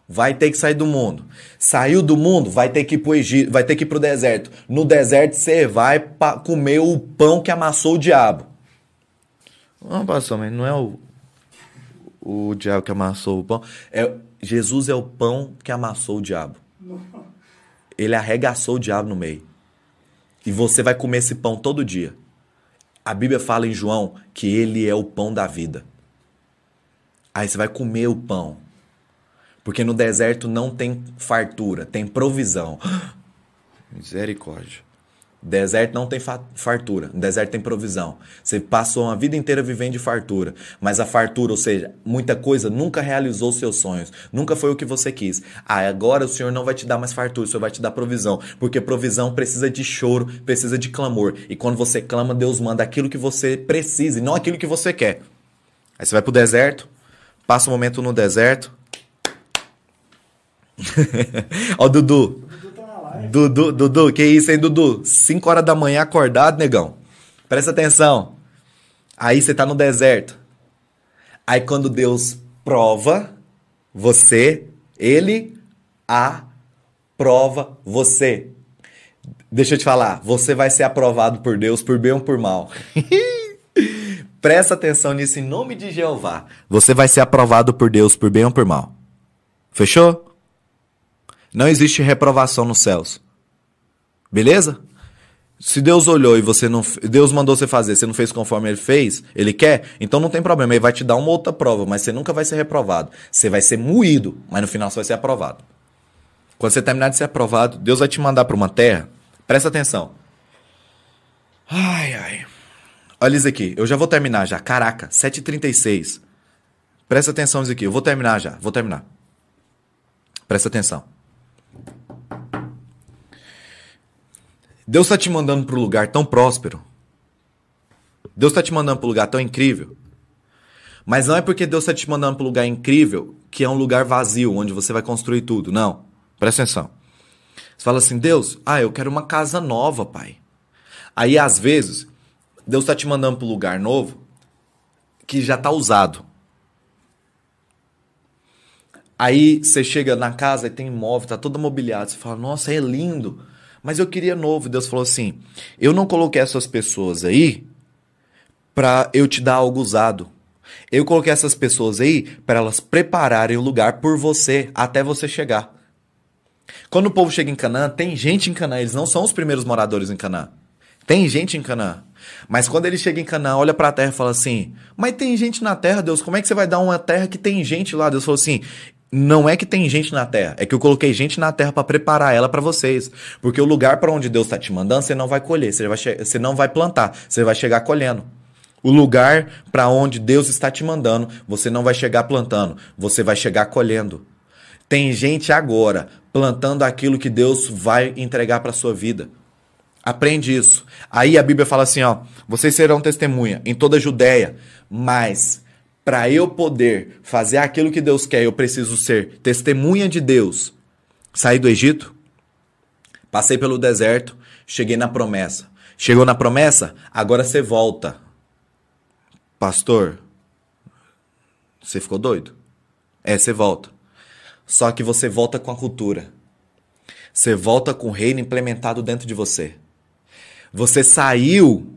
Saiu do mundo, vai ter que ir pro Egito, vai ter que ir pro deserto. No deserto você vai comer o pão que amassou o diabo. Não, pastor, mas não é o diabo que amassou o pão. Jesus é o pão que amassou o diabo. Ele arregaçou o diabo no meio. E você vai comer esse pão todo dia. A Bíblia fala em João que ele é o pão da vida. Aí você vai comer o pão. Porque no deserto não tem fartura, tem provisão. Misericórdia. Deserto não tem fartura, no deserto tem provisão. Você passou uma vida inteira vivendo de fartura. Mas a fartura, ou seja, muita coisa, nunca realizou seus sonhos. Nunca foi o que você quis. Agora o Senhor não vai te dar mais fartura, o Senhor vai te dar provisão. Porque provisão precisa de choro, precisa de clamor. E quando você clama, Deus manda aquilo que você precisa e não aquilo que você quer. Aí você vai pro deserto, passa um momento no deserto. Ó o Dudu. Dudu, que isso, hein, Dudu? 5 horas da manhã acordado, negão. Presta atenção. Aí você tá no deserto. Aí quando Deus prova você, Ele aprova você. Deixa eu te falar, você vai ser aprovado por Deus por bem ou por mal. Presta atenção nisso em nome de Jeová. Você vai ser aprovado por Deus por bem ou por mal. Fechou? Não existe reprovação nos céus. Beleza? Se Deus olhou e você não... Deus mandou você fazer, você não fez conforme Ele quer, então não tem problema. Ele vai te dar uma outra prova, mas você nunca vai ser reprovado. Você vai ser moído, mas no final você vai ser aprovado. Quando você terminar de ser aprovado, Deus vai te mandar para uma terra. Presta atenção. Ai. Olha isso aqui. Eu já vou terminar já. Caraca, 7h36. Presta atenção nisso aqui. Eu vou terminar já. Vou terminar. Presta atenção. Deus está te mandando para um lugar tão próspero. Deus está te mandando para um lugar tão incrível. Mas não é porque Deus está te mandando para um lugar incrível que é um lugar vazio, onde você vai construir tudo. Não. Presta atenção. Você fala assim, Deus, eu quero uma casa nova, pai. Aí, às vezes, Deus está te mandando para um lugar novo que já está usado. Aí você chega na casa e tem imóvel, tá todo mobiliado. Você fala, nossa, é lindo, mas eu queria novo. Deus falou assim, eu não coloquei essas pessoas aí para eu te dar algo usado. Eu coloquei essas pessoas aí para elas prepararem o lugar por você até você chegar. Quando o povo chega em Canaã, tem gente em Canaã. Eles não são os primeiros moradores em Canaã. Tem gente em Canaã. Mas quando ele chega em Canaã, olha para a terra e fala assim, mas tem gente na terra, Deus, como é que você vai dar uma terra que tem gente lá? Deus falou assim, não é que tem gente na terra, é que eu coloquei gente na terra para preparar ela para vocês. Porque o lugar para onde Deus está te mandando, você não vai colher, você não vai plantar, você vai chegar colhendo. O lugar para onde Deus está te mandando, você não vai chegar plantando, você vai chegar colhendo. Tem gente agora plantando aquilo que Deus vai entregar para sua vida. Aprende isso. Aí a Bíblia fala assim, ó, vocês serão testemunha em toda a Judéia, mas para eu poder fazer aquilo que Deus quer, eu preciso ser testemunha de Deus. Saí do Egito, passei pelo deserto, cheguei na promessa. Chegou na promessa? Agora você volta. Pastor, você ficou doido? Você volta. Só que você volta com a cultura. Você volta com o reino implementado dentro de você. Você saiu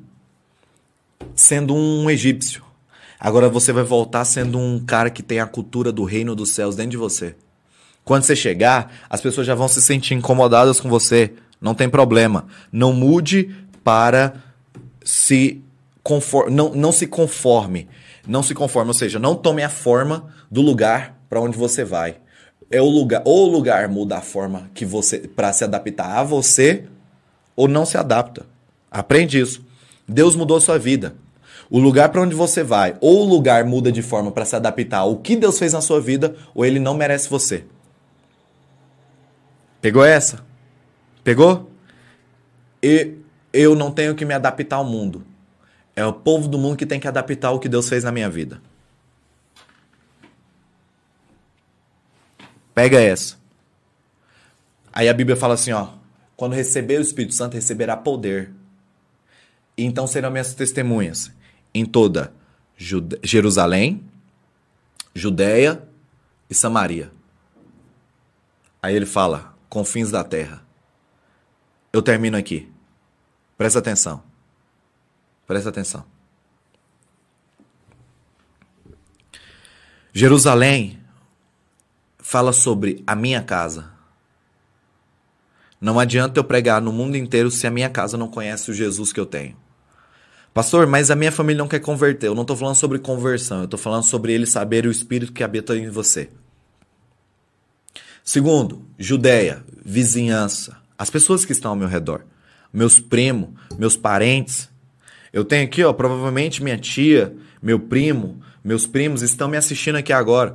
sendo um egípcio. Agora você vai voltar sendo um cara que tem a cultura do reino dos céus dentro de você. Quando você chegar, as pessoas já vão se sentir incomodadas com você. Não tem problema. Não mude para se conforme. Não se conforme. Não se conforme, ou seja, não tome a forma do lugar para onde você vai. Ou o lugar muda a forma que você para se adaptar a você, ou não se adapta. Aprende isso. Deus mudou a sua vida. O lugar para onde você vai, ou o lugar muda de forma para se adaptar ao que Deus fez na sua vida, ou ele não merece você. Pegou essa? Pegou? E eu não tenho que me adaptar ao mundo. É o povo do mundo que tem que adaptar ao que Deus fez na minha vida. Pega essa. Aí a Bíblia fala assim, ó, quando receber o Espírito Santo, receberá poder. E então serão minhas testemunhas em toda Jerusalém, Judéia e Samaria. Aí ele fala, confins da terra. Eu termino aqui. Presta atenção. Presta atenção. Jerusalém fala sobre a minha casa. Não adianta eu pregar no mundo inteiro se a minha casa não conhece o Jesus que eu tenho. Pastor, mas a minha família não quer converter. Eu não estou falando sobre conversão. Eu estou falando sobre ele saber o Espírito que habita em você. Segundo, Judéia, vizinhança. As pessoas que estão ao meu redor. Meus primos, meus parentes. Eu tenho aqui, ó, provavelmente minha tia, meu primo, meus primos estão me assistindo aqui agora.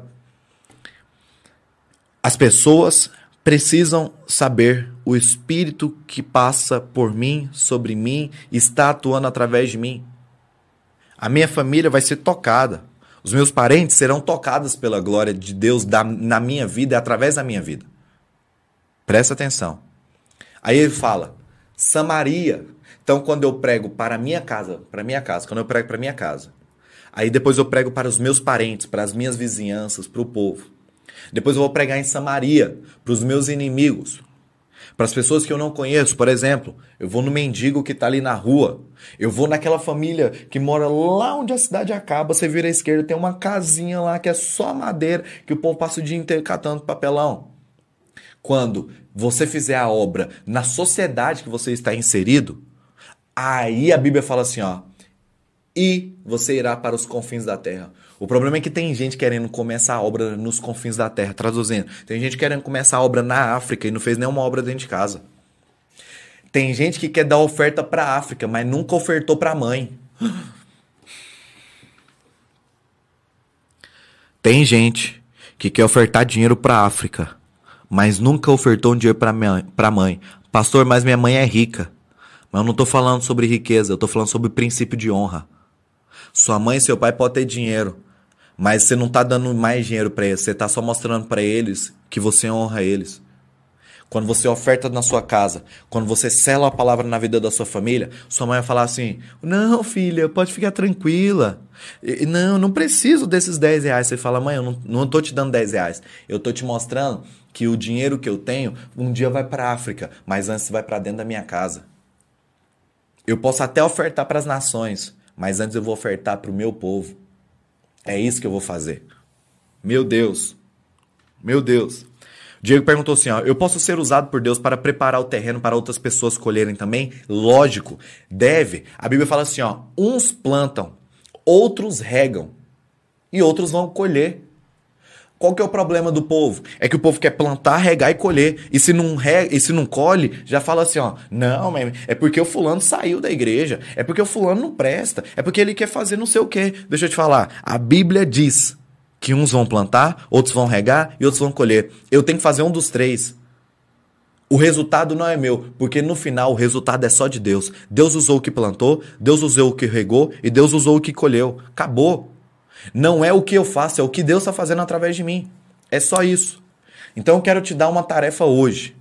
As pessoas precisam saber o Espírito que passa por mim, sobre mim, está atuando através de mim. A minha família vai ser tocada. Os meus parentes serão tocados pela glória de Deus na minha vida e através da minha vida. Presta atenção. Aí ele fala, Samaria. Então, quando eu prego para a minha casa, quando eu prego para a minha casa, aí depois eu prego para os meus parentes, para as minhas vizinhanças, para o povo. Depois eu vou pregar em Samaria, para os meus inimigos, para as pessoas que eu não conheço. Por exemplo, eu vou no mendigo que está ali na rua. Eu vou naquela família que mora lá onde a cidade acaba. Você vira à esquerda, tem uma casinha lá que é só madeira, que o povo passa o dia inteiro catando papelão. Quando você fizer a obra na sociedade que você está inserido, aí a Bíblia fala assim, ó, e você irá para os confins da terra. O problema é que tem gente querendo começar a obra nos confins da terra, traduzindo. Tem gente querendo começar a obra na África e não fez nenhuma obra dentro de casa. Tem gente que quer dar oferta para a África, mas nunca ofertou para a mãe. Tem gente que quer ofertar dinheiro para a África, mas nunca ofertou um dinheiro para a mãe. Pastor, mas minha mãe é rica. Mas eu não estou falando sobre riqueza, eu estou falando sobre princípio de honra. Sua mãe e seu pai podem ter dinheiro, mas você não está dando mais dinheiro para eles, você está só mostrando para eles que você honra eles. quando você oferta na sua casa, quando você sela a palavra na vida da sua família, sua mãe vai falar assim: não, filha, pode ficar tranquila. Não preciso desses 10 reais. Você fala: mãe, eu não tô te dando 10 reais. Eu tô te mostrando que o dinheiro que eu tenho um dia vai para a África, mas antes vai para dentro da minha casa. Eu posso até ofertar para as nações, mas antes eu vou ofertar para o meu povo. É isso que eu vou fazer. Meu Deus. Meu Deus. O Diego perguntou assim, ó: eu posso ser usado por Deus para preparar o terreno para outras pessoas colherem também? Lógico, deve. A Bíblia fala assim, ó: uns plantam, outros regam e outros vão colher. Qual que é o problema do povo? É que o povo quer plantar, regar e colher. E se não colhe, já fala assim, ó: não, é porque o fulano saiu da igreja. É porque o fulano não presta. É porque ele quer fazer não sei o quê. Deixa eu te falar. A Bíblia diz que uns vão plantar, outros vão regar e outros vão colher. Eu tenho que fazer um dos três. O resultado não é meu, porque no final o resultado é só de Deus. Deus usou o que plantou, Deus usou o que regou e Deus usou o que colheu. Acabou. Não é o que eu faço, é o que Deus está fazendo através de mim. É só isso. Então eu quero te dar uma tarefa hoje.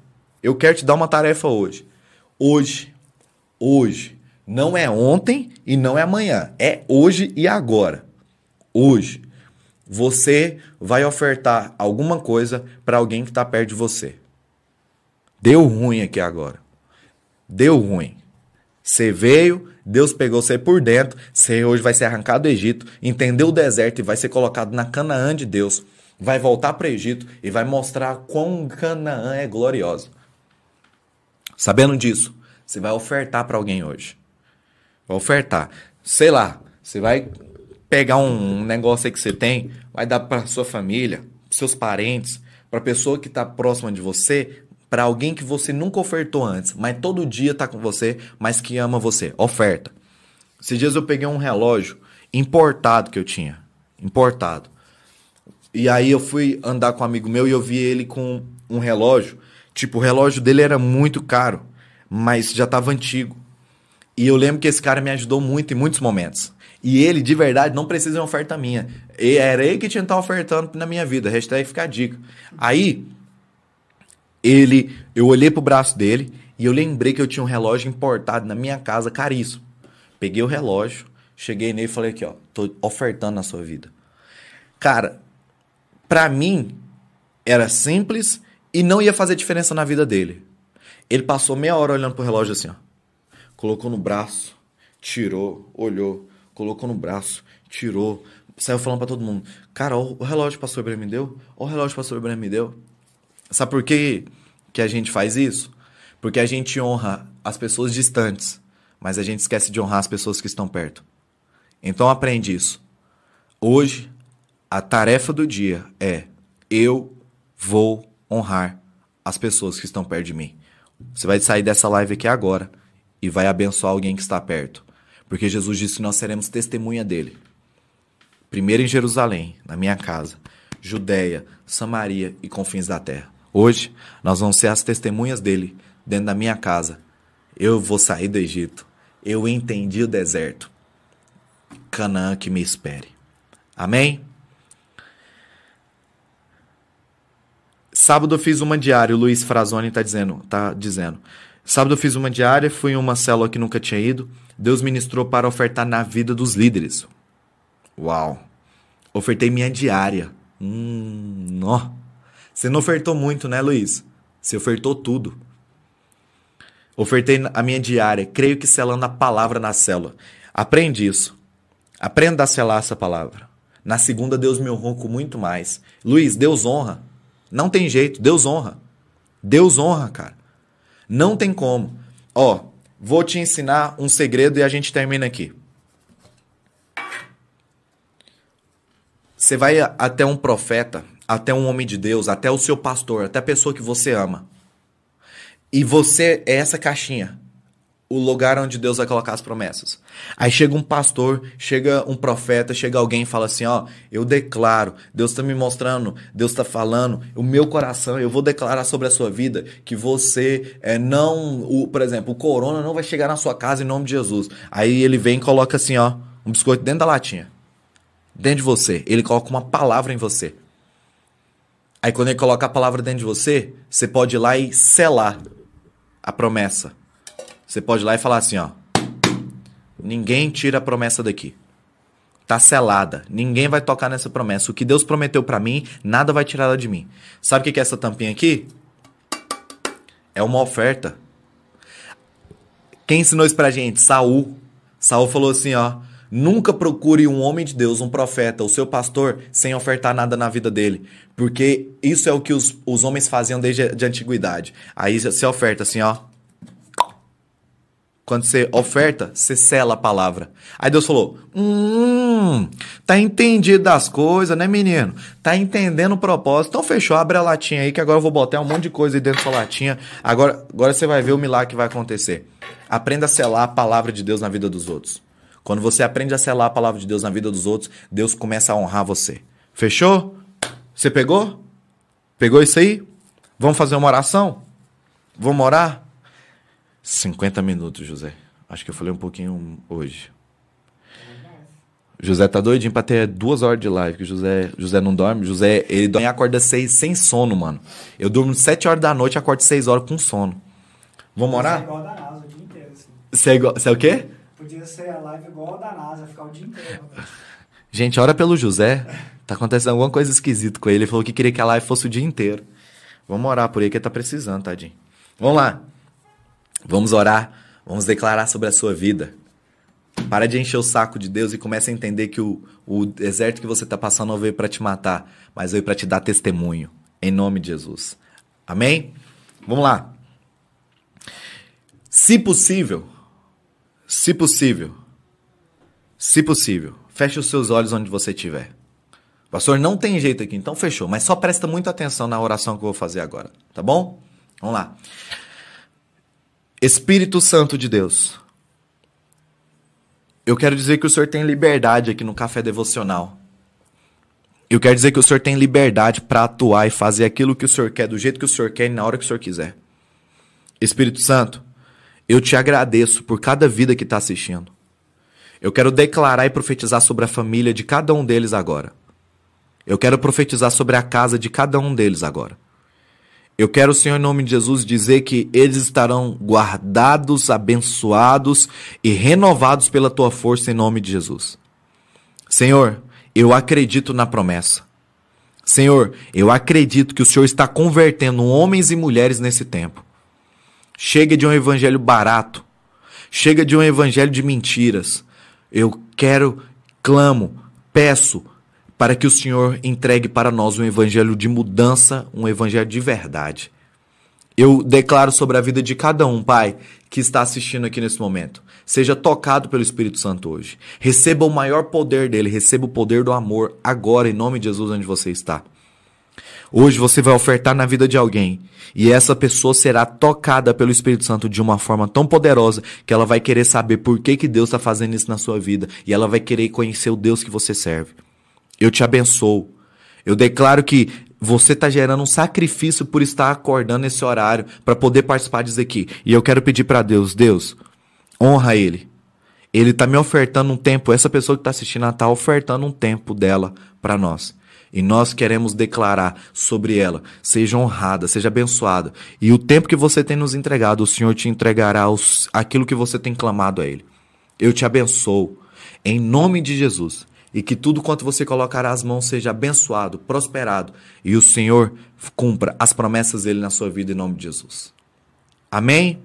Hoje. Não é ontem e não é amanhã. É hoje e agora. Hoje. Você vai ofertar alguma coisa para alguém que está perto de você. Deu ruim aqui agora. Deu ruim. Você veio, Deus pegou você por dentro, você hoje vai ser arrancado do Egito, entendeu o deserto e vai ser colocado na Canaã de Deus, vai voltar para o Egito e vai mostrar quão Canaã é gloriosa. Sabendo disso, você vai ofertar para alguém hoje. Vai ofertar. Sei lá, você vai pegar um negócio aí que você tem, vai dar para sua família, para seus parentes, para a pessoa que está próxima de você, para alguém que você nunca ofertou antes, mas todo dia está com você, mas que ama você. Oferta. Esses dias eu peguei um relógio importado que eu tinha. Importado. E aí eu fui andar com um amigo meu e eu vi ele com um relógio. Tipo, o relógio dele era muito caro, mas já estava antigo. E eu lembro que esse cara me ajudou muito em muitos momentos. E ele, de verdade, não precisa de uma oferta minha. E era ele que tinha que estar ofertando na minha vida. Hashtag fica a dica. Aí, eu olhei pro braço dele e eu lembrei que eu tinha um relógio importado na minha casa, caríssimo. Peguei o relógio, cheguei nele e falei aqui, ó: tô ofertando na sua vida. Cara, pra mim, era simples e não ia fazer diferença na vida dele. Ele passou meia hora olhando pro relógio assim, ó. Colocou no braço, tirou, olhou, colocou no braço, tirou, saiu falando pra todo mundo: cara, ó, o relógio que o pastor Ibrahim me deu, ó, o relógio que o pastor Ibrahim me deu. Sabe por que a gente faz isso? Porque a gente honra as pessoas distantes, mas a gente esquece de honrar as pessoas que estão perto. Então aprende isso. Hoje, a tarefa do dia é: eu vou honrar as pessoas que estão perto de mim. Você vai sair dessa live aqui agora e vai abençoar alguém que está perto. Porque Jesus disse que nós seremos testemunha dele. Primeiro em Jerusalém, na minha casa, Judeia, Samaria e confins da terra. Hoje, nós vamos ser as testemunhas dele dentro da minha casa. Eu vou sair do Egito. Eu entendi o deserto. Canaã que me espere. Amém? Sábado eu fiz uma diária. O Luiz Frazoni tá dizendo. Sábado eu fiz uma diária, fui em uma célula que nunca tinha ido. Deus ministrou para ofertar na vida dos líderes. Uau! Ofertei minha diária. Ó. Você não ofertou muito, né, Luiz? Você ofertou tudo. Ofertei a minha diária. Creio que selando a palavra na célula. Aprende isso. Aprenda a selar essa palavra. Na segunda, Deus me honrou com muito mais. Luiz, Deus honra. Não tem jeito, Deus honra. Deus honra, cara. Não tem como. Ó, vou te ensinar um segredo e a gente termina aqui. Você vai até um profeta, até um homem de Deus, até o seu pastor, até a pessoa que você ama. E você é essa caixinha, o lugar onde Deus vai colocar as promessas. Aí chega um pastor, chega um profeta, chega alguém e fala assim, ó: eu declaro, Deus está me mostrando, Deus está falando, o meu coração, eu vou declarar sobre a sua vida que você por exemplo, o corona não vai chegar na sua casa em nome de Jesus. Aí ele vem e coloca assim, ó, um biscoito dentro da latinha, dentro de você. Ele coloca uma palavra em você. Aí quando ele coloca a palavra dentro de você, você pode ir lá e selar a promessa. Você pode ir lá e falar assim, ó. Ninguém tira a promessa daqui. Tá selada. Ninguém vai tocar nessa promessa. O que Deus prometeu pra mim, nada vai tirar ela de mim. Sabe o que é essa tampinha aqui? É uma oferta. Quem ensinou isso pra gente? Saul. Saul falou assim, ó. Nunca procure um homem de Deus, um profeta, o seu pastor, sem ofertar nada na vida dele. Porque isso é o que os homens faziam desde a antiguidade. Aí você oferta assim, ó. Quando você oferta, você sela a palavra. Aí Deus falou, tá entendido das coisas, né, menino? Tá entendendo o propósito. Então fechou, abre a latinha aí, que agora eu vou botar um monte de coisa aí dentro da sua latinha. Agora você vai ver o milagre que vai acontecer. Aprenda a selar a palavra de Deus na vida dos outros. Quando você aprende a selar a palavra de Deus na vida dos outros, Deus começa a honrar você. Fechou? Você pegou? Pegou isso aí? Vamos fazer uma oração? Vamos orar? 50 minutos, José. Acho que eu falei um pouquinho hoje. José tá doidinho pra ter 2 horas de live, que José não dorme. José, ele dorme e acorda 6 sem sono, mano. Eu durmo 7 horas da noite e acordo 6 horas com sono. Vamos orar? Você é igual a da NASA o dia inteiro, assim. Você é o quê? Podia ser a live igual a da NASA, ficar o dia inteiro. Gente, ora pelo José. Tá acontecendo alguma coisa esquisita com ele. Ele falou que queria que a live fosse o dia inteiro. Vamos orar por ele, que ele tá precisando, tadinho. Vamos lá. Vamos orar. Vamos declarar sobre a sua vida. Para de encher o saco de Deus e comece a entender que o deserto que você tá passando não veio para te matar, mas veio para te dar testemunho. Em nome de Jesus. Amém? Vamos lá. Se possível, feche os seus olhos onde você estiver. Pastor, não tem jeito aqui, então fechou. Mas só presta muita atenção na oração que eu vou fazer agora, tá bom? Vamos lá. Espírito Santo de Deus, eu quero dizer que o Senhor tem liberdade aqui no Café Devocional. Eu quero dizer que o Senhor tem liberdade para atuar e fazer aquilo que o Senhor quer, do jeito que o Senhor quer e na hora que o Senhor quiser. Espírito Santo, eu te agradeço por cada vida que está assistindo. Eu quero declarar e profetizar sobre a família de cada um deles agora. Eu quero profetizar sobre a casa de cada um deles agora. Eu quero, Senhor, em nome de Jesus, dizer que eles estarão guardados, abençoados e renovados pela Tua força em nome de Jesus. Senhor, eu acredito na promessa. Senhor, eu acredito que o Senhor está convertendo homens e mulheres nesse tempo. Chega de um evangelho barato. Chega de um evangelho de mentiras. Eu clamo, peço para que o Senhor entregue para nós um evangelho de mudança, um evangelho de verdade. Eu declaro sobre a vida de cada um, Pai, que está assistindo aqui nesse momento. Seja tocado pelo Espírito Santo hoje. Receba o maior poder dele, receba o poder do amor agora, em nome de Jesus, onde você está. Hoje você vai ofertar na vida de alguém e essa pessoa será tocada pelo Espírito Santo de uma forma tão poderosa que ela vai querer saber por que Deus está fazendo isso na sua vida e ela vai querer conhecer o Deus que você serve. Eu te abençoo. Eu declaro que você está gerando um sacrifício por estar acordando nesse horário para poder participar disso aqui. E eu quero pedir para Deus, honra ele. Ele está me ofertando um tempo, essa pessoa que está assistindo, ela está ofertando um tempo dela para nós. E nós queremos declarar sobre ela, seja honrada, seja abençoada. E o tempo que você tem nos entregado, o Senhor te entregará aquilo que você tem clamado a Ele. Eu te abençoo, em nome de Jesus. E que tudo quanto você colocar as mãos seja abençoado, prosperado. E o Senhor cumpra as promessas dele na sua vida em nome de Jesus. Amém?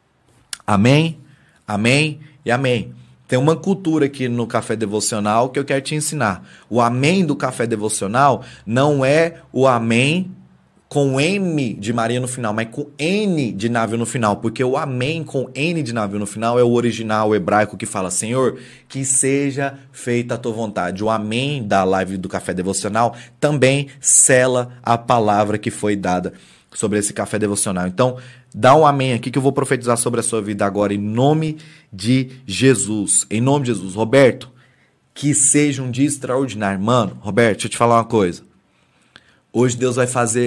Amém? Amém e amém. Tem uma cultura aqui no Café Devocional que eu quero te ensinar. O amém do Café Devocional não é o amém com M de Maria no final, mas com N de navio no final, porque o amém com N de navio no final é o original hebraico que fala, Senhor, que seja feita a tua vontade. O amém da live do Café Devocional também sela a palavra que foi dada sobre esse Café Devocional. Então, dá um amém aqui que eu vou profetizar sobre a sua vida agora em nome de Jesus. Em nome de Jesus. Roberto, que seja um dia extraordinário. Mano, Roberto, deixa eu te falar uma coisa. Hoje Deus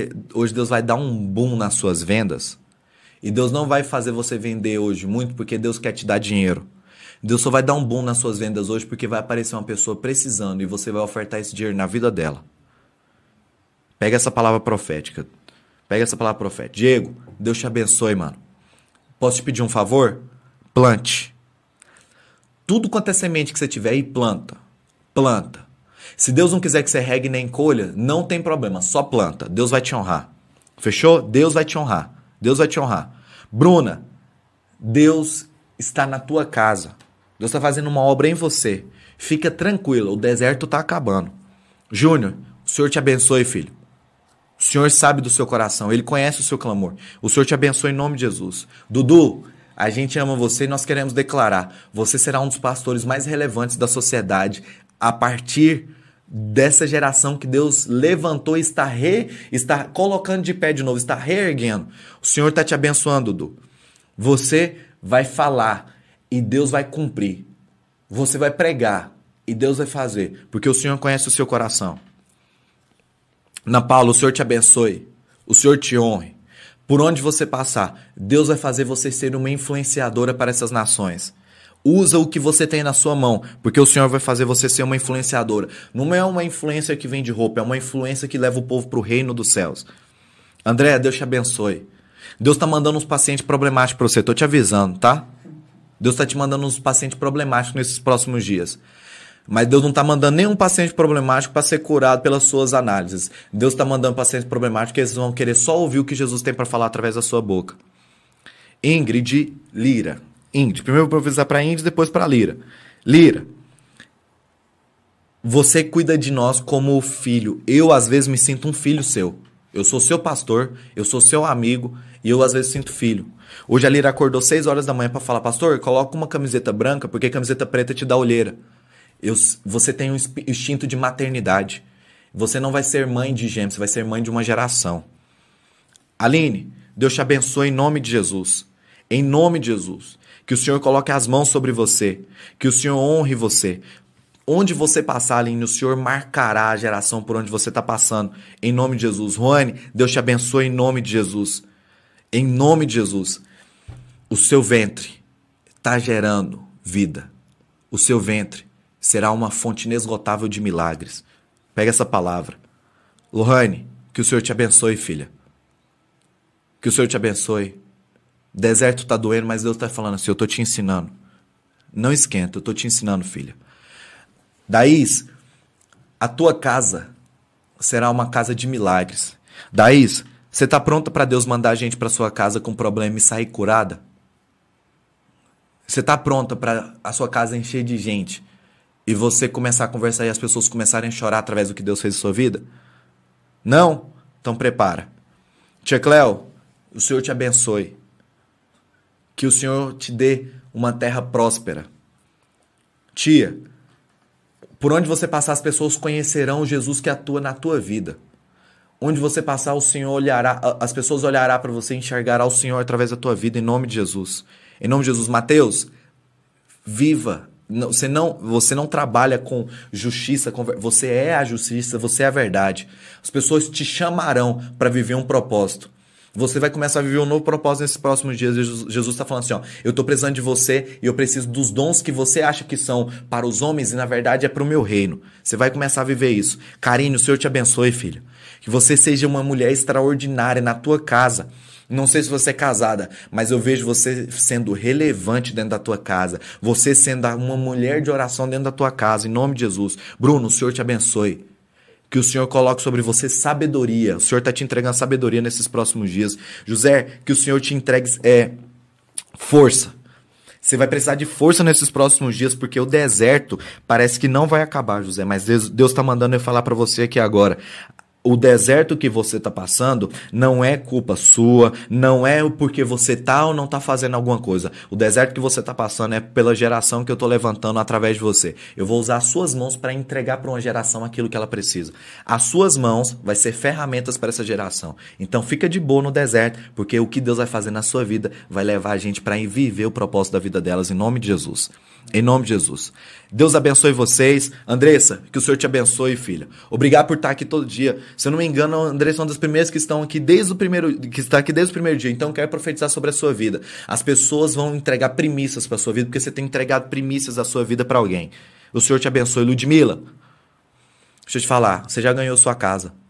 vai dar um boom nas suas vendas. E Deus não vai fazer você vender hoje muito porque Deus quer te dar dinheiro. Deus só vai dar um boom nas suas vendas hoje porque vai aparecer uma pessoa precisando e você vai ofertar esse dinheiro na vida dela. Pega essa palavra profética. Pega essa palavra profética. Diego, Deus te abençoe, mano. Posso te pedir um favor? Plante. Tudo quanto é semente que você tiver aí, planta. Planta. Se Deus não quiser que você regue nem colha, não tem problema. Só planta. Deus vai te honrar. Fechou? Deus vai te honrar. Deus vai te honrar. Bruna, Deus está na tua casa. Deus está fazendo uma obra em você. Fica tranquila, o deserto está acabando. Júnior, o Senhor te abençoe, filho. O Senhor sabe do seu coração, Ele conhece o seu clamor. O Senhor te abençoe em nome de Jesus. Dudu, a gente ama você e nós queremos declarar: você será um dos pastores mais relevantes da sociedade a partir dessa geração que Deus levantou e está colocando de pé de novo, está reerguendo. O Senhor está te abençoando, Dudu. Você vai falar e Deus vai cumprir. Você vai pregar e Deus vai fazer, porque o Senhor conhece o seu coração. Ana Paula, o Senhor te abençoe, o Senhor te honre. Por onde você passar, Deus vai fazer você ser uma influenciadora para essas nações. Usa o que você tem na sua mão, porque o Senhor vai fazer você ser uma influenciadora. Não é uma influência que vem de roupa, é uma influência que leva o povo para o reino dos céus. André, Deus te abençoe. Deus está mandando uns pacientes problemáticos para você, estou te avisando, tá? Deus está te mandando uns pacientes problemáticos nesses próximos dias. Mas Deus não está mandando nenhum paciente problemático para ser curado pelas suas análises. Deus está mandando pacientes problemáticos que eles vão querer só ouvir o que Jesus tem para falar através da sua boca. Ingrid Lira. Ingrid, primeiro eu vou profetizar para Ingrid, depois para Lira. Lira, você cuida de nós como filho. Eu, às vezes, me sinto um filho seu. Eu sou seu pastor, eu sou seu amigo e eu, às vezes, sinto filho. Hoje a Lira acordou 6 horas da manhã para falar: pastor, coloca uma camiseta branca porque camiseta preta te dá olheira. Você tem um instinto de maternidade. Você não vai ser mãe de gêmeos, você vai ser mãe de uma geração. Aline, Deus te abençoe em nome de Jesus. Em nome de Jesus. Que o Senhor coloque as mãos sobre você. Que o Senhor honre você. Onde você passar, Aline, o Senhor marcará a geração por onde você está passando. Em nome de Jesus. Juane, Deus te abençoe em nome de Jesus. Em nome de Jesus. O seu ventre está gerando vida. O seu ventre será uma fonte inesgotável de milagres. Pega essa palavra. Lohane, que o Senhor te abençoe, filha. Que o Senhor te abençoe. O deserto está doendo, mas Deus está falando assim: eu estou te ensinando. Não esquenta, eu estou te ensinando, filha. Daís, a tua casa será uma casa de milagres. Daís, você está pronta para Deus mandar a gente para sua casa com problema e sair curada? Você está pronta para a sua casa encher de gente e você começar a conversar e as pessoas começarem a chorar através do que Deus fez em sua vida? Não? Então prepara. Tia Cleo, o Senhor te abençoe. Que o Senhor te dê uma terra próspera. Tia, por onde você passar, as pessoas conhecerão o Jesus que atua na tua vida. Onde você passar, o Senhor olhará, as pessoas olharão para você e enxergará o Senhor através da tua vida, em nome de Jesus. Em nome de Jesus. Mateus, viva. Você não trabalha com justiça, você é a justiça, você é a verdade. As pessoas te chamarão para viver um propósito. Você vai começar a viver um novo propósito nesses próximos dias. Jesus está falando assim, ó: eu estou precisando de você e eu preciso dos dons que você acha que são para os homens e na verdade é para o meu reino. Você vai começar a viver isso. Karine, o Senhor te abençoe, filha. Que você seja uma mulher extraordinária na tua casa. Não sei se você é casada, mas eu vejo você sendo relevante dentro da tua casa. Você sendo uma mulher de oração dentro da tua casa, em nome de Jesus. Bruno, o Senhor te abençoe. Que o Senhor coloque sobre você sabedoria. O Senhor está te entregando sabedoria nesses próximos dias. José, que o Senhor te entregue força. Você vai precisar de força nesses próximos dias, porque o deserto parece que não vai acabar, José. Mas Deus está mandando eu falar para você aqui agora. O deserto que você está passando não é culpa sua, não é porque você está ou não está fazendo alguma coisa. O deserto que você está passando é pela geração que eu estou levantando através de você. Eu vou usar as suas mãos para entregar para uma geração aquilo que ela precisa. As suas mãos vai ser ferramentas para essa geração. Então fica de boa no deserto, porque o que Deus vai fazer na sua vida vai levar a gente para viver o propósito da vida delas, em nome de Jesus. Em nome de Jesus. Deus abençoe vocês. Andressa, que o Senhor te abençoe, filha. Obrigado por estar aqui todo dia. Se eu não me engano, a Andressa é uma das primeiras que estão aqui que está aqui desde o primeiro dia. Então, quero profetizar sobre a sua vida. As pessoas vão entregar primícias para a sua vida, porque você tem entregado primícias da sua vida para alguém. O Senhor te abençoe. Ludmila, deixa eu te falar, você já ganhou sua casa.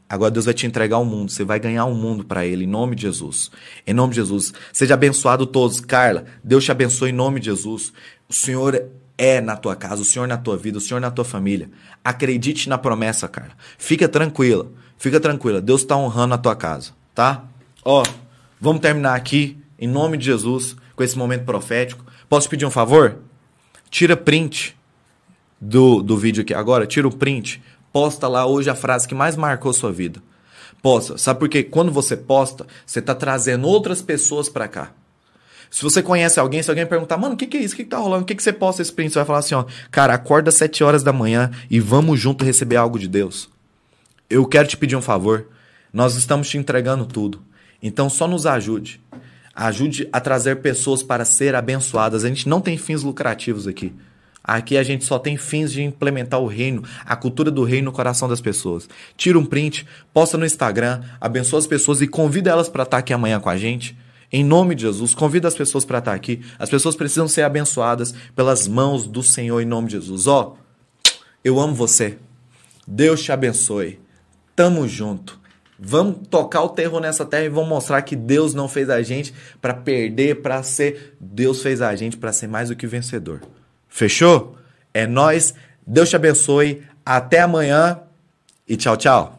Agora Deus vai te entregar o mundo. Você vai ganhar o mundo para Ele, em nome de Jesus. Em nome de Jesus. Seja abençoado todos. Carla, Deus te abençoe em nome de Jesus. O Senhor é na tua casa, o Senhor na tua vida, o Senhor na tua família. Acredite na promessa, Carla. Fica tranquila. Fica tranquila. Deus está honrando a tua casa, tá? Ó, vamos terminar aqui, em nome de Jesus, com esse momento profético. Posso te pedir um favor? Tira print do vídeo aqui agora. Tira o print. Posta lá hoje a frase que mais marcou sua vida. Posta. Sabe por quê? Quando você posta, você está trazendo outras pessoas para cá. Se você conhece alguém, se alguém perguntar, mano, o que é isso? O que tá rolando? O que você posta esse print? Você vai falar assim, ó, cara, acorda às 7 horas da manhã e vamos junto receber algo de Deus. Eu quero te pedir um favor. Nós estamos te entregando tudo. Então só nos ajude. Ajude a trazer pessoas para ser abençoadas. A gente não tem fins lucrativos aqui. Aqui a gente só tem fins de implementar o reino, a cultura do reino no coração das pessoas. Tira um print, posta no Instagram, abençoa as pessoas e convida elas para estar aqui amanhã com a gente. Em nome de Jesus, convida as pessoas para estar aqui. As pessoas precisam ser abençoadas pelas mãos do Senhor em nome de Jesus. Ó, eu amo você. Deus te abençoe. Tamo junto. Vamos tocar o terror nessa terra e vamos mostrar que Deus não fez a gente para perder, para ser. Deus fez a gente para ser mais do que vencedor. Fechou? É nóis. Deus te abençoe. Até amanhã e tchau, tchau.